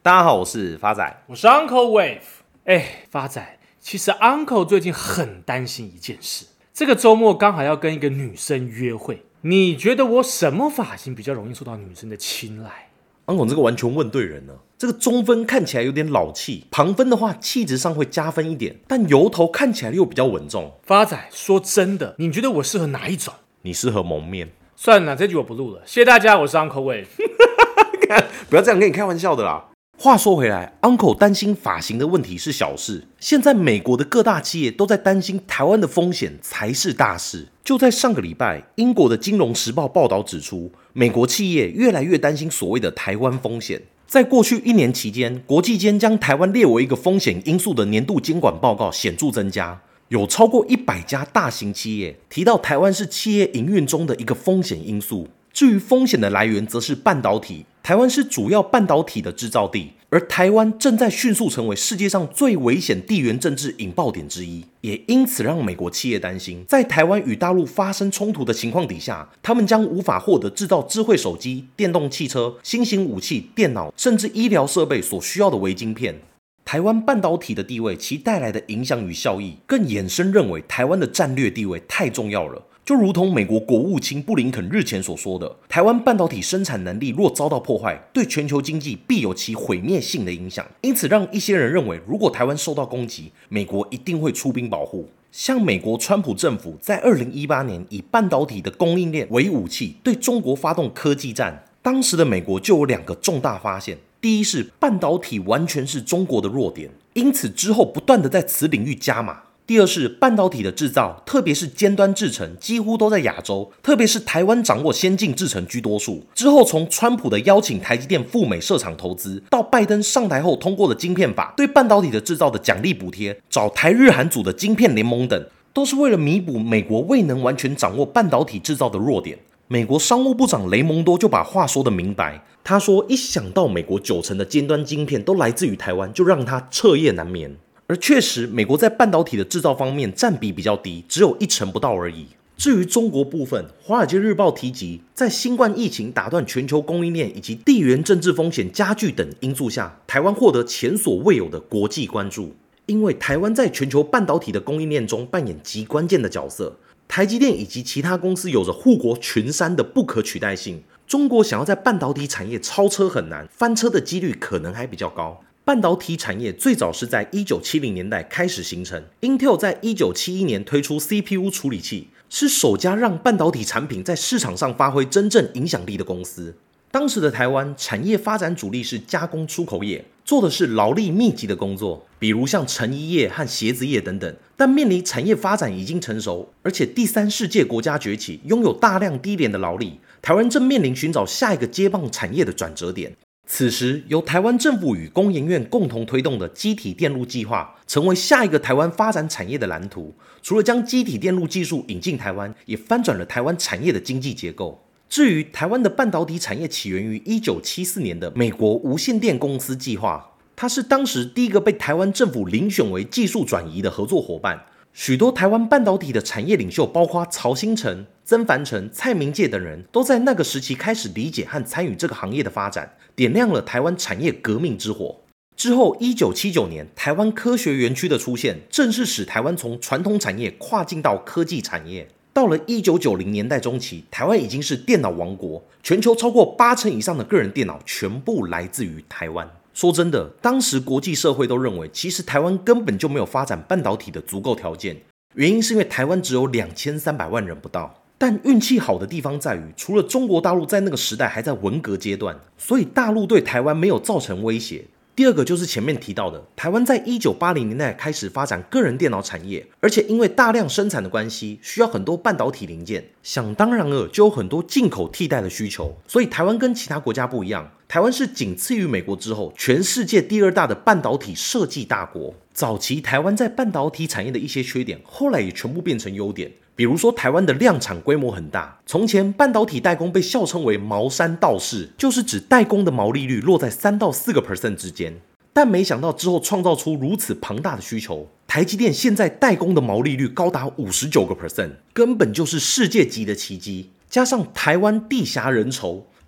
大家好，我是发仔， 我是 Uncle Wave。发仔，其实 Uncle 最近很担心一件事，这个周末刚好要跟一个女生约会，你觉得我什么发型比较容易受到女生的青睐 Uncle 这个完全问对人了。这个中分看起来有点老气，旁分的话气质上会加分一点，但油头看起来又比较稳重。 发仔，说真的，你觉得我适合哪一种？ 你适合蒙面。 算了，这局我不录了，谢谢大家，我是 Uncle Wave。 不要这样跟你开玩笑的啦。话说回来 ，Uncle 担心发型的问题是小事，现在美国的各大企业都在担心台湾的风险才是大事。就在上个礼拜，英国的《金融时报》报道指出，美国企业越来越担心所谓的台湾风险。在过去1年期间，国际间将台湾列为一个风险因素的年度监管报告显著增加，有超过100家大型企业提到台湾是企业营运中的一个风险因素。至于风险的来源，则是半导体。台湾是主要半导体的制造地，而台湾正在迅速成为世界上最危险地缘政治引爆点之一，也因此让美国企业担心，在台湾与大陆发生冲突的情况底下，他们将无法获得制造智慧手机、电动汽车、新型武器、电脑，甚至医疗设备所需要的微晶片。台湾半导体的地位，其带来的影响与效益，更衍生认为台湾的战略地位太重要了。就如同美国国务卿布林肯日前所说的，台湾半导体生产能力若遭到破坏，对全球经济必有其毁灭性的影响。因此让一些人认为，如果台湾受到攻击，美国一定会出兵保护。像美国川普政府在2018年以半导体的供应链为武器，对中国发动科技战，当时的美国就有2个重大发现。第一是半导体完全是中国的弱点，因此之后不断的在此领域加码。第二是半导体的制造，特别是尖端制程，几乎都在亚洲，特别是台湾掌握先进制程居多数。之后从川普的邀请台积电赴美设厂投资，到拜登上台后通过的晶片法，对半导体的制造的奖励补贴，找台日韩组的晶片联盟等，都是为了弥补美国未能完全掌握半导体制造的弱点。美国商务部长雷蒙多就把话说得明白，他说一想到美国90%的尖端晶片都来自于台湾，就让他彻夜难眠。而确实，美国在半导体的制造方面占比比较低，只有1成不到而已。至于中国部分，《华尔街日报》提及，在新冠疫情打断全球供应链以及地缘政治风险加剧等因素下，台湾获得前所未有的国际关注。因为台湾在全球半导体的供应链中扮演极关键的角色，台积电以及其他公司有着护国群山的不可取代性。中国想要在半导体产业超车很难，翻车的几率可能还比较高。半导体产业最早是在1970年代开始形成 ，Intel 在1971年推出 CPU 处理器，是首家让半导体产品在市场上发挥真正影响力的公司。当时的台湾产业发展主力是加工出口业，做的是劳力密集的工作，比如像成衣业和鞋子业等等。但面临产业发展已经成熟，而且第三世界国家崛起，拥有大量低廉的劳力，台湾正面临寻找下一个接棒产业的转折点。此时，由台湾政府与工研院共同推动的基体电路计划，成为下一个台湾发展产业的蓝图。除了将基体电路技术引进台湾，也翻转了台湾产业的经济结构。至于台湾的半导体产业起源于1974年的美国无线电公司计划，它是当时第一个被台湾政府遴选为技术转移的合作伙伴。许多台湾半导体的产业领袖，包括曹兴诚、曾凡成、蔡明介等人，都在那个时期开始理解和参与这个行业的发展，点亮了台湾产业革命之火。之后1979年，台湾科学园区的出现，正是使台湾从传统产业跨进到科技产业。到了1990年代中期，台湾已经是电脑王国，全球超过80%以上的个人电脑全部来自于台湾。说真的，当时国际社会都认为，其实台湾根本就没有发展半导体的足够条件，原因是因为台湾只有2300万人不到。但运气好的地方在于，除了中国大陆在那个时代还在文革阶段，所以大陆对台湾没有造成威胁。第二个就是前面提到的，台湾在1980年代开始发展个人电脑产业，而且因为大量生产的关系，需要很多半导体零件，想当然尔就有很多进口替代的需求。所以台湾跟其他国家不一样，台湾是仅次于美国之后，全世界第2大的半导体设计大国。早期台湾在半导体产业的一些缺点，后来也全部变成优点。比如说台湾的量产规模很大，从前半导体代工被笑称为毛山道士，就是指代工的毛利率落在3到4% 之间。但没想到之后创造出如此庞大的需求，台积电现在代工的毛利率高达59%，根本就是世界级的奇迹。加上台湾地狭人稠，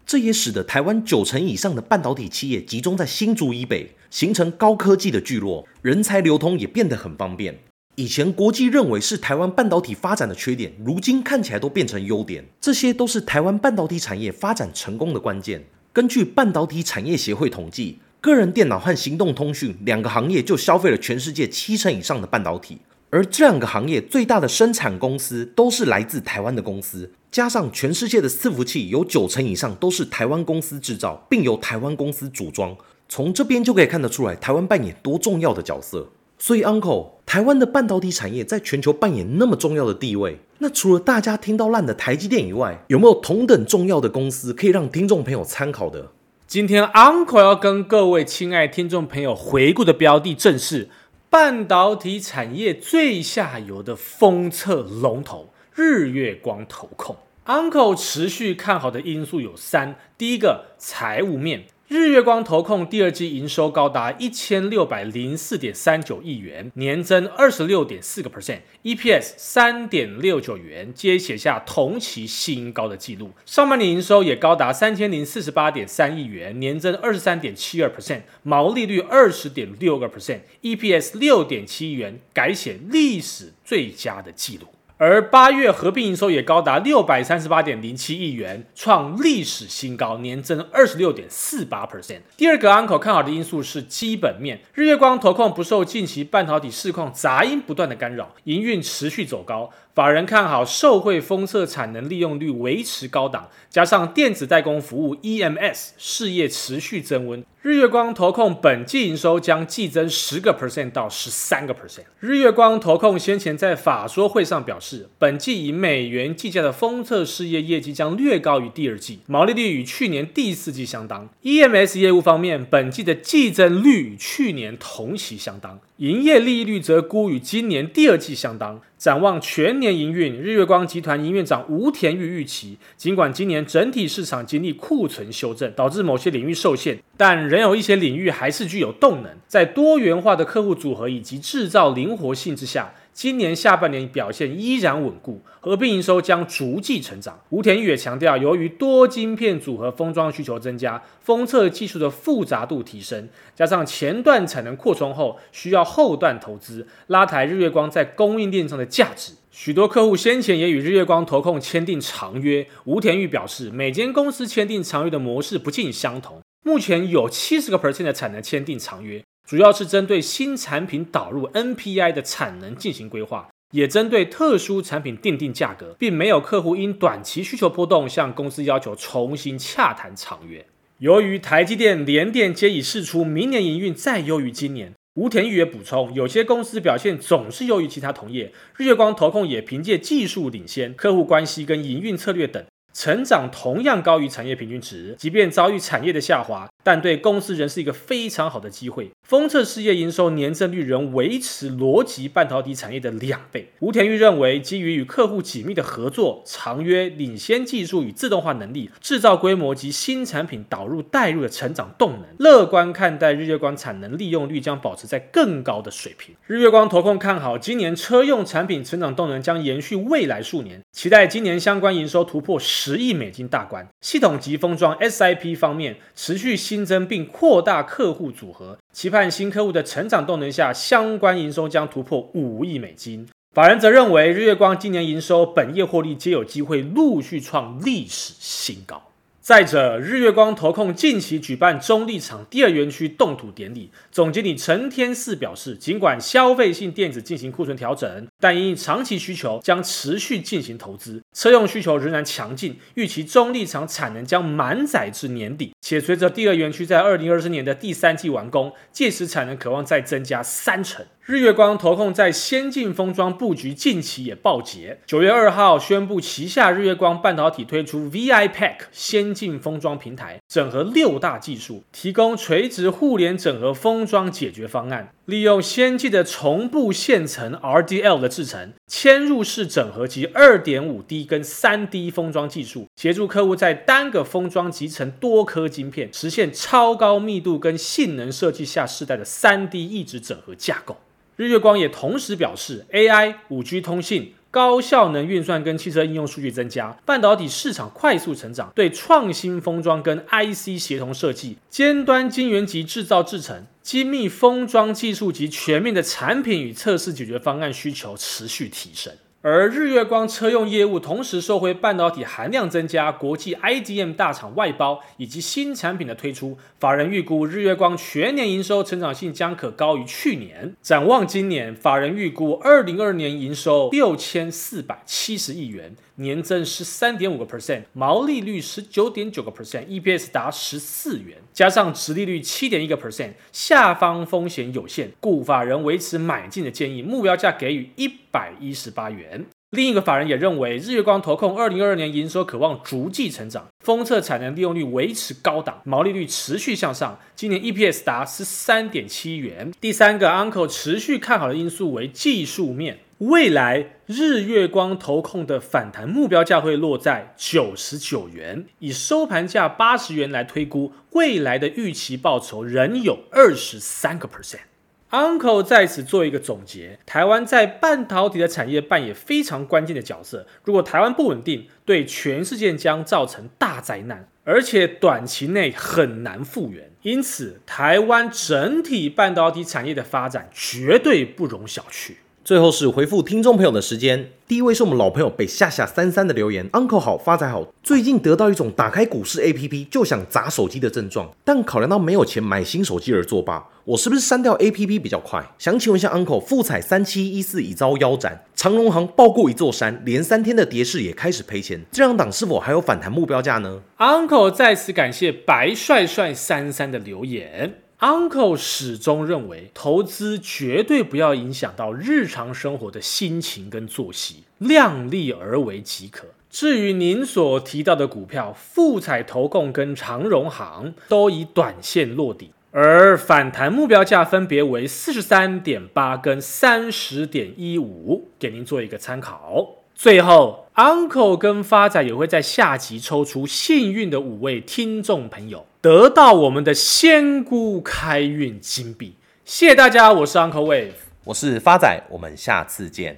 这也使得台湾90%以上的半导体企业集中在新竹以北，形成高科技的聚落，人才流通也变得很方便。以前国际认为是台湾半导体发展的缺点，如今看起来都变成优点，这些都是台湾半导体产业发展成功的关键。根据半导体产业协会统计，个人电脑和行动通讯2个行业就消费了全世界70%以上的半导体，而这2个行业最大的生产公司都是来自台湾的公司，加上全世界的伺服器有90%以上都是台湾公司制造，并由台湾公司组装。从这边就可以看得出来台湾扮演多重要的角色。所以 Uncle， 台湾的半导体产业在全球扮演那么重要的地位，那除了大家听到烂的台积电以外，有没有同等重要的公司可以让听众朋友参考的？ 今天 Uncle 要跟各位亲爱听众朋友回顾的标的，正是半导体产业最下游的封测龙头日月光投控。Uncle 持续看好的因素有3，第一个，财务面。日月光投控第2季营收高达 1604.39 亿元，年增 26.4%，EPS 3.69 元，皆写下同期新高的纪录。上半年营收也高达 3048.3 亿元，年增 23.72%，毛利率 20.62%，EPS 6.7 元，改写历史最佳的纪录。而8月合并营收也高达 638.07 亿元，创历史新高，年增 26.48%。第二个 Uncle 看好的因素是基本面，日月光投控不受近期半导体市况杂音不断的干扰，营运持续走高。法人看好受惠封测产能利用率维持高档，加上电子代工服务 EMS 事业持续增温，日月光投控本季营收将季增 10% 到 13%。日月光投控先前在法说会上表示，本季以美元计价的封测事业业绩将略高于第2季，毛利率与去年第4季相当。EMS 业务方面，本季的季增率与去年同期相当，营业利率则估与今年第2季相当。展望全年营运，日月光集团营运长吴田玉预期，尽管今年整体市场经历库存修正，导致某些领域受限，但仍有一些领域还是具有动能。在多元化的客户组合以及制造灵活性之下，今年下半年表现依然稳固，合并营收将逐季成长。吴田玉也强调，由于多晶片组合封装需求增加，封测技术的复杂度提升，加上前段产能扩充后需要后段投资，拉抬日月光在供应链上的价值。许多客户先前也与日月光投控签订长约，吴田玉表示，每间公司签订长约的模式不尽相同，目前有 70% 的产能签订长约，主要是针对新产品导入 NPI 的产能进行规划，也针对特殊产品订定价格，并没有客户因短期需求波动向公司要求重新洽谈长约。由于台积电、联电皆已释出明年营运再优于今年，吴田玉也补充，有些公司表现总是优于其他同业，日月光投控也凭借技术领先、客户关系跟营运策略等，成长同样高于产业平均值，即便遭遇产业的下滑，但对公司仍是一个非常好的机会。封测事业营收年增率仍维持逻辑半导体产业的2倍。吴田玉认为，基于与客户紧密的合作、长约、领先技术与自动化能力、制造规模及新产品导入带入的成长动能，乐观看待日月光产能利用率将保持在更高的水平。日月光投控看好今年车用产品成长动能将延续未来数年，期待今年相关营收突破10亿美金大关。系统级封装 SIP 方面持续新增并扩大客户组合，期盼新客户的成长动能下，相关营收将突破5亿美金。法人则认为，日月光今年营收、本业获利皆有机会陆续创历史新高。再者，日月光投控近期举办中立厂第2园区动土典礼，总经理陈天賜表示，尽管消费性电子进行库存调整，但因长期需求将持续进行投资，车用需求仍然强劲，预期中立厂产能将满载至年底，且随着第2园区在2024年的第3季完工，届时产能可望再增加30%。日月光投控在先进封装布局近期也报捷，9月2号宣布旗下日月光半导体推出 VIPack 先进封装平台，整合6大技术，提供垂直互联整合封装解决方案，利用先进的重布线程 RDL 的制程，嵌入式整合及 2.5D 跟 3D 封装技术，协助客户在单个封装集成多颗晶片，实现超高密度跟性能设计下世代的 3D 异质整合架构。日月光也同时表示 AI、5G 通信、 高效能运算跟汽车应用数据增加，半导体市场快速成长，对创新封装跟 IC 协同设计、尖端晶圆级制造制程、精密封装技术及全面的产品与测试解决方案需求持续提升。而日月光车用业务同时受惠半导体含量增加、国际 IDM 大厂外包以及新产品的推出，法人预估日月光全年营收成长性将可高于去年。展望今年，法人预估2022年营收6470亿元，年增13.5%，毛利率19.9%，EPS 达14元，加上殖利率7.1%，下方风险有限，故法人维持买进的建议，目标价给予118元。另一个法人也认为，日月光投控2022年营收可望逐季成长，封测产能利用率维持高档，毛利率持续向上，今年 EPS 达13.7元。第三个 Uncle 持续看好的因素为技术面，未来日月光投控的反弹目标价会落在99元，以收盘价80元来推估，未来的预期报酬仍有23%。Uncle 在此做一个总结，台湾在半导体的产业扮演非常关键的角色，如果台湾不稳定，对全世界将造成大灾难，而且短期内很难复原。因此，台湾整体半导体产业的发展绝对不容小觑。 最后是回复听众朋友的时间，第一位是我们老朋友北夏夏33的留言 ，Uncle 好，发财好。最近得到一种打开股市 APP 就想砸手机的症状，但考量到没有钱买新手机而作罢，我是不是删掉 APP 比较快？想请问一下 Uncle， 富彩3714已遭腰斩，长荣航爆过一座山，连3天的跌势也开始赔钱，这两档是否还有反弹目标价呢 ？Uncle 在此感谢白帅帅33的留言。Uncle 始终认为，投资绝对不要影响到日常生活的心情跟作息，量力而为即可。至于您所提到的股票，富彩投控跟长荣航都以短线落底，而反弹目标价分别为 43.8 跟 30.15， 给您做一个参考。最后 Uncle 跟发仔也会在下集抽出幸运的5位听众朋友，得到我们的仙姑开运金币。谢谢大家，我是 Uncle Wave， 我是发仔，我们下次见。